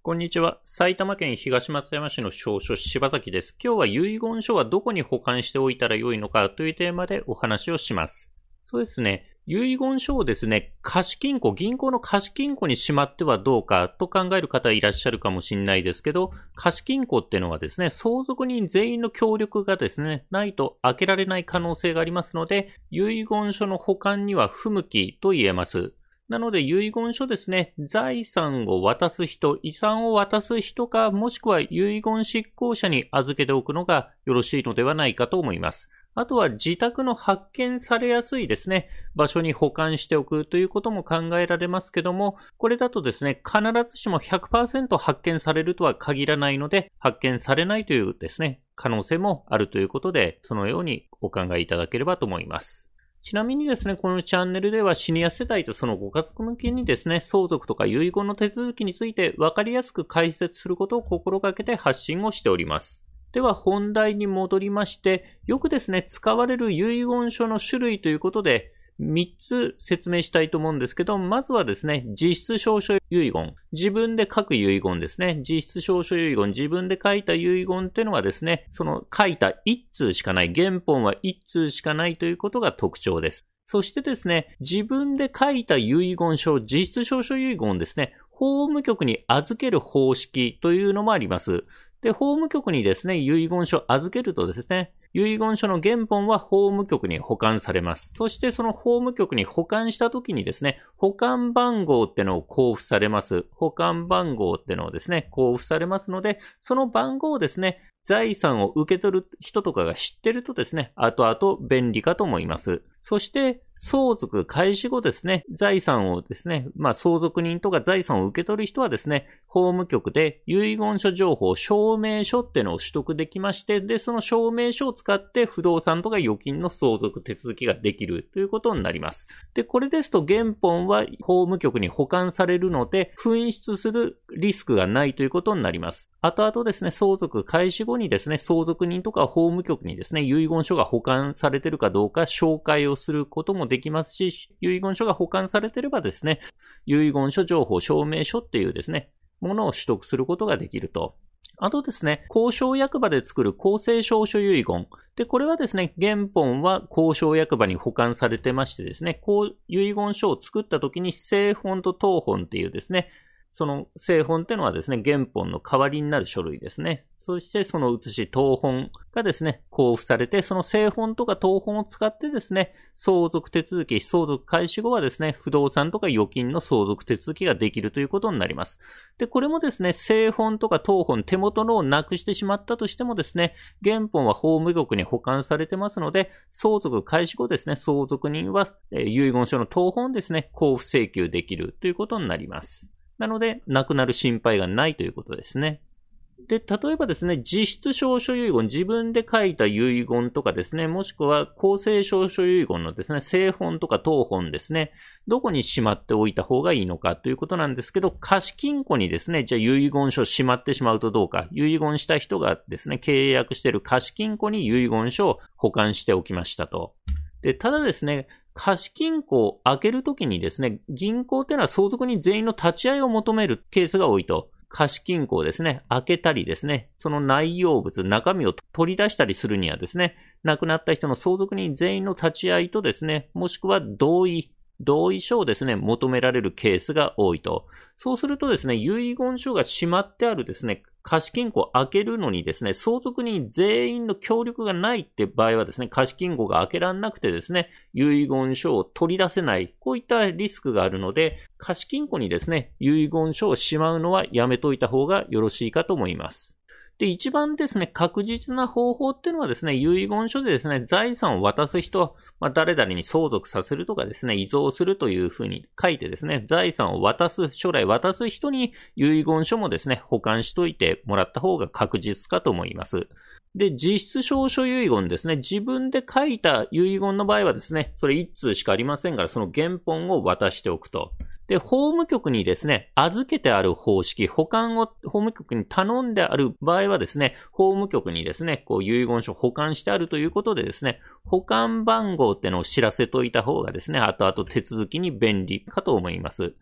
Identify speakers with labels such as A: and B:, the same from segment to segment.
A: こんにちは。埼玉県東松山市の証書柴崎です。今日は遺言書はどこに保管しておいたらよいのかというテーマでお話をします。そうですね。遺言書をですね、貸金庫、銀行の貸金庫にしまってはどうかと考える方いらっしゃるかもしれないですけど、貸金庫っていうのはですね、相続人全員の協力がですね、ないと開けられない可能性がありますので、遺言書の保管には不向きと言えます。なので遺言書ですね、財産を渡す人、遺産を渡す人か、もしくは遺言執行者に預けておくのがよろしいのではないかと思います。あとは自宅の発見されやすいですね、場所に保管しておくということも考えられますけども、これだとですね、必ずしも 100% 発見されるとは限らないので、発見されないというですね、可能性もあるということで、そのようにお考えいただければと思います。ちなみにですね、このチャンネルではシニア世代とそのご家族向けにですね、相続とか遺言の手続きについて分かりやすく解説することを心がけて発信をしております。では本題に戻りまして、よくですね、使われる遺言書の種類ということで、3つ説明したいと思うんですけど、まずはですね、実質証書遺言。自分で書く遺言ですね。実質証書遺言。自分で書いた遺言っていうのはですね、その書いた1通しかない。原本は1通しかないということが特徴です。そしてですね、自分で書いた遺言書、実質証書遺言ですね、法務局に預ける方式というのもあります。で、法務局にですね、遺言書を預けるとですね、遺言書の原本は法務局に保管されます。そしてその法務局に保管したときにですね、保管番号ってのを交付されます。保管番号ってのをですね、交付されますので、その番号をですね、財産を受け取る人とかが知ってるとですね、後々便利かと思います。そして、相続開始後ですね、財産をですね、相続人とか財産を受け取る人はですね、法務局で遺言書情報証明書ってのを取得できまして、で、その証明書を使って不動産とか預金の相続手続きができるということになります。で、これですと原本は法務局に保管されるので、紛失するリスクがないということになります。後々ですね、相続開始後にですね、相続人とか法務局にですね、遺言書が保管されているかどうか照会をすることもできますし、遺言書が保管されていればですね、遺言書情報証明書っていうですね、ものを取得することができると。あとですね、公証役場で作る公正証書遺言。で、これはですね、原本は公証役場に保管されてましてですね、遺言書を作った時に正本と当本っていうですね、その正本っていうのはですね、原本の代わりになる書類ですね。そしてその写し当本がですね、交付されて、その正本とか当本を使ってですね、相続手続き、相続開始後はですね、不動産とか預金の相続手続きができるということになります。で、これもですね、正本とか当本、手元のをなくしてしまったとしてもですね、原本は法務局に保管されてますので、相続開始後ですね、相続人は遺言書の当本ですね、交付請求できるということになります。なので、亡くなる心配がないということですね。で、例えばですね、実質証書遺言、自分で書いた遺言とかですね、もしくは公正証書遺言のですね、正本とか当本ですね、どこにしまっておいた方がいいのかということなんですけど、貸金庫にですね、じゃあ遺言書をしまってしまうとどうか、遺言した人がですね、契約している貸金庫に遺言書を保管しておきましたと。で、ただですね、貸金庫を開けるときにですね、銀行っていうのは相続人全員の立ち会いを求めるケースが多いと。貸金庫をですね、開けたりですね、その内容物、中身を取り出したりするにはですね、亡くなった人の相続人全員の立ち会いとですね、もしくは同意書をですね、求められるケースが多いと。そうするとですね、遺言書がしまってあるですね、貸金庫を開けるのにですね、相続人全員の協力がないって場合はですね、貸金庫が開けられなくてですね、遺言書を取り出せない、こういったリスクがあるので、貸金庫にですね、遺言書をしまうのはやめといた方がよろしいかと思います。で、一番ですね、確実な方法っていうのはですね、遺言書でですね、財産を渡す人、誰々に相続させるとかですね、遺贈するというふうに書いてですね、財産を将来渡す人に遺言書もですね、保管しといてもらった方が確実かと思います。で、実質証書遺言ですね、自分で書いた遺言の場合はですね、それ1通しかありませんから、その原本を渡しておくと。で、法務局にですね、預けてある方式、保管を法務局に頼んである場合はですね、法務局にですね、遺言書保管してあるということでですね、保管番号ってのを知らせといた方がですね、後々手続きに便利かと思います。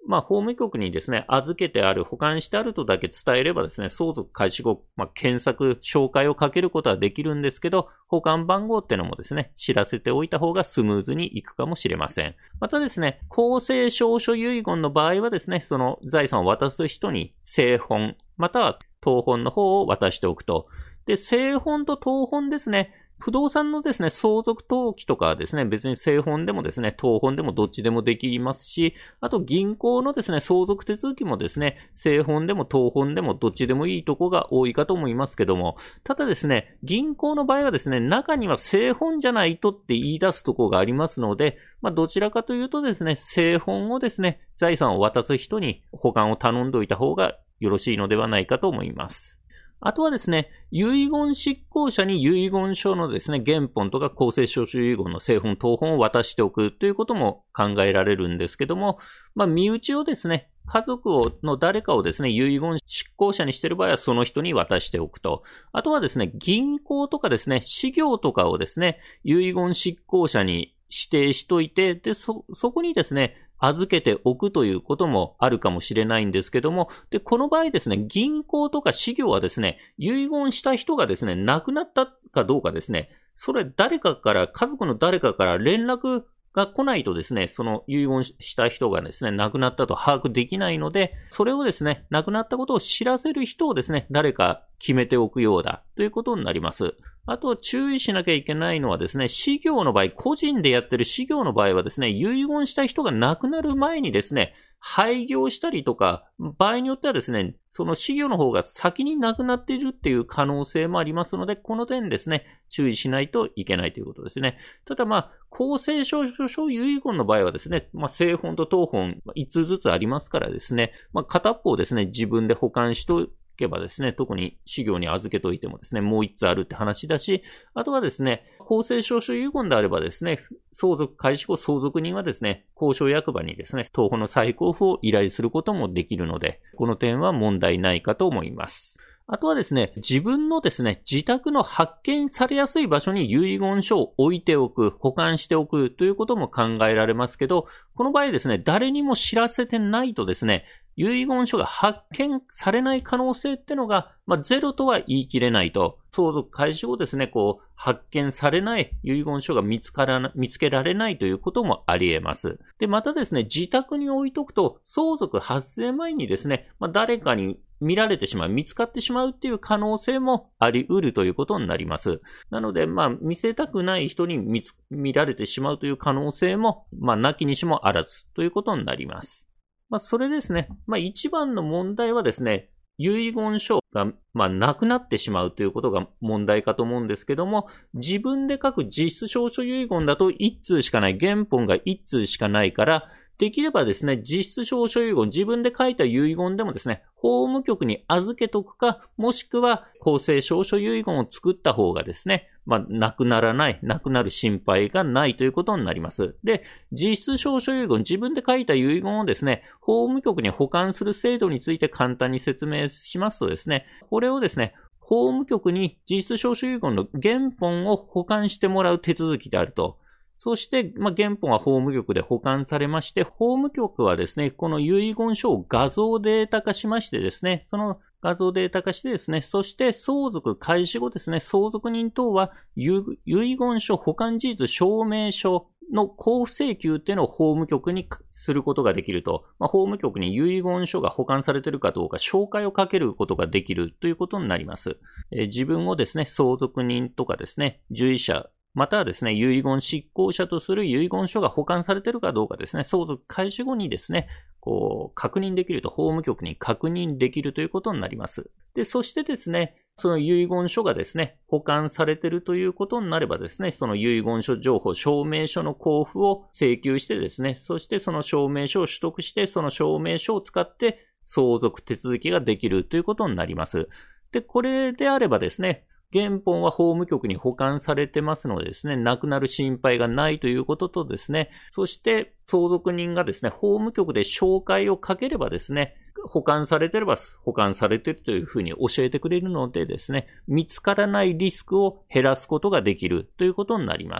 A: 法務局にですね、預けてある、保管してあるとだけ伝えればですね、相続開始後、検索、照会をかけることはできるんですけど、保管番号ってのもですね、知らせておいた方がスムーズにいくかもしれません。またですね、公正証書遺言の場合はですね、その財産を渡す人に正本、または当本の方を渡しておくと。で、正本と当本ですね、不動産のですね、相続登記とかはですね、別に正本でもですね、当本でもどっちでもできますし、あと銀行のですね、相続手続きもですね、正本でも当本でもどっちでもいいとこが多いかと思いますけども、ただですね、銀行の場合はですね、中には正本じゃないとって言い出すとこがありますので、どちらかというとですね、正本をですね、財産を渡す人に保管を頼んでおいた方がよろしいのではないかと思います。あとはですね、遺言執行者に遺言書のですね、原本とか公正証書遺言の正本、当本を渡しておくということも考えられるんですけども、身内をですね、家族の誰かをですね、遺言執行者にしている場合はその人に渡しておくと。あとはですね、銀行とかですね、私業とかをですね、遺言執行者に指定しといて、で、そこにですね、預けておくということもあるかもしれないんですけども、で、この場合ですね、銀行とか私業はですね、遺言した人がですね、亡くなったかどうかですね、それ家族の誰かから連絡が来ないとですね、その遺言した人がですね、亡くなったと把握できないので、それをですね、亡くなったことを知らせる人をですね、誰か決めておくようだということになります。あと注意しなきゃいけないのはですね、私業の場合、個人でやってる私業の場合はですね、遺言した人が亡くなる前にですね、廃業したりとか、場合によってはですね、その私業の方が先に亡くなっているっていう可能性もありますので、この点ですね、注意しないといけないということですね。ただ公正証書遺言の場合はですね、正本と当本5つずつありますからですね、片方ですね、自分で保管しとけばですね、特に私業に預けといてもですね、もう1つあるって話だし、あとはですね、公正証書遺言であればですね、相続開始後相続人はですね、公証役場にですね、当本の再交付を依頼することもできるので、この点は問題ないかと思います。あとはですね、自分のですね、自宅の発見されやすい場所に遺言書を置いておく、保管しておくということも考えられますけど、この場合ですね、誰にも知らせてないとですね、遺言書が発見されない可能性ってのが、ゼロとは言い切れないと、相続開始後ですね、発見されない遺言書が見つけられないということもあり得ます。で、またですね、自宅に置いとくと、相続発生前にですね、誰かに見られてしまう、見つかってしまうっていう可能性もあり得るということになります。なので、見せたくない人に見られてしまうという可能性も、なきにしもあらずということになります。それですね。一番の問題はですね、遺言書が、なくなってしまうということが問題かと思うんですけども、自分で書く実質証書遺言だと1通しかない、原本が1通しかないから、できればですね、実質証書遺言、自分で書いた遺言でもですね、法務局に預けとくか、もしくは公正証書遺言を作った方がですね、なくなる心配がないということになります。で、実質証書遺言、自分で書いた遺言をですね、法務局に保管する制度について簡単に説明しますとですね、これをですね、法務局に実質証書遺言の原本を保管してもらう手続きであると。そして、原本は法務局で保管されまして、法務局はですね、この遺言書を画像データ化しましてですね、その画像データ化してですね、そして相続開始後ですね、相続人等は遺言書保管事実証明書の交付請求っていうのを法務局にすることができると、法務局に遺言書が保管されているかどうか照会をかけることができるということになります。自分をですね、相続人とかですね、受益者、またはですね、遺言執行者とする遺言書が保管されているかどうかですね、相続開始後にですね、確認できると、法務局に確認できるということになります。で、そしてですね、その遺言書がですね、保管されているということになればですね、その遺言書情報、証明書の交付を請求してですね、そしてその証明書を取得して、その証明書を使って相続手続きができるということになります。で、これであればですね、原本は法務局に保管されてますのでですね、なくなる心配がないということとですね、そして相続人がですね、法務局で照会をかければですね、保管されてれば保管されているというふうに教えてくれるのでですね、見つからないリスクを減らすことができるということになります。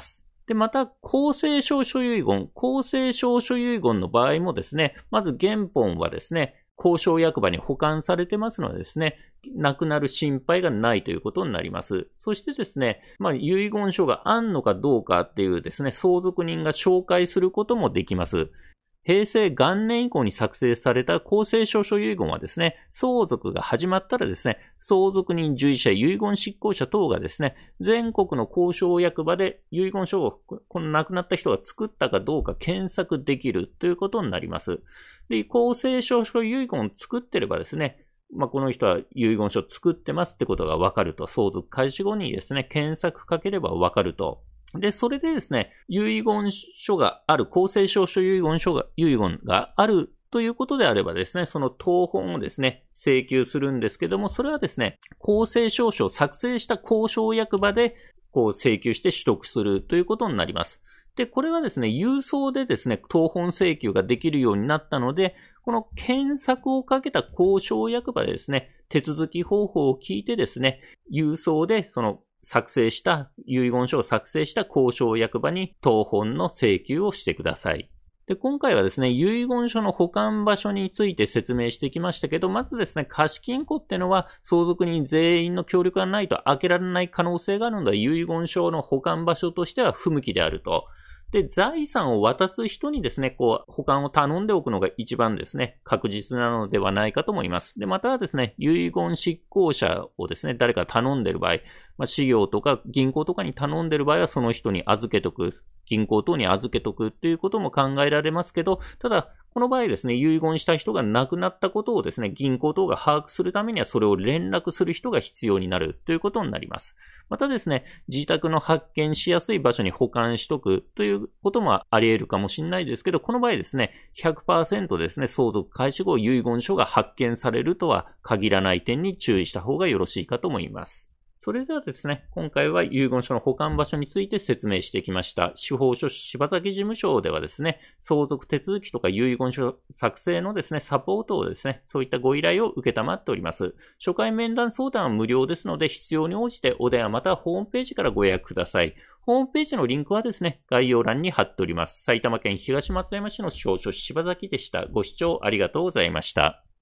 A: で、また、公正証書遺言。公正証書遺言の場合もですね、まず原本はですね、公証役場に保管されてますのでですね、なくなる心配がないということになります。そしてですね、遺言書があんのかどうかっていうですね、相続人が紹介することもできます。平成元年以降に作成された公正証書遺言はですね、相続が始まったらですね、相続人従事者、遺言執行者等がですね、全国の公証役場で遺言書をこの亡くなった人が作ったかどうか検索できるということになります。で、公正証書遺言を作ってればですね、この人は遺言書を作ってますってことがわかると、相続開始後にですね、検索かければわかると。で、それでですね、遺言書がある、公正証書遺言があるということであればですね、その謄本をですね、請求するんですけども、それはですね、公正証書を作成した公証役場で、請求して取得するということになります。で、これはですね、郵送でですね、謄本請求ができるようになったので、この検索をかけた公証役場でですね、手続き方法を聞いてですね、郵送で遺言書を作成した公証役場に謄本の請求をしてください。で、今回はですね、遺言書の保管場所について説明してきましたけど、まずですね、貸金庫ってのは相続人全員の協力がないと開けられない可能性があるので、遺言書の保管場所としては不向きであると。で、財産を渡す人にですね、保管を頼んでおくのが一番ですね、確実なのではないかと思います。で、またはですね、遺言執行者をですね、誰か頼んでる場合、私業とか銀行とかに頼んでる場合はその人に預けとく。銀行等に預けとくっていうことも考えられますけど、ただ、この場合ですね、遺言した人が亡くなったことをですね、銀行等が把握するためにはそれを連絡する人が必要になるということになります。またですね、自宅の発見しやすい場所に保管しとくということもあり得るかもしれないですけど、この場合ですね、100% ですね、相続開始後遺言書が発見されるとは限らない点に注意した方がよろしいかと思います。それではですね、今回は遺言書の保管場所について説明してきました。司法書士柴崎事務所ではですね、相続手続きとか遺言書作成のですね、サポートをですね、そういったご依頼を受けたまっております。初回面談相談は無料ですので、必要に応じてお電話またはホームページからご予約ください。ホームページのリンクはですね、概要欄に貼っております。埼玉県東松山市の司法書士柴崎でした。ご視聴ありがとうございました。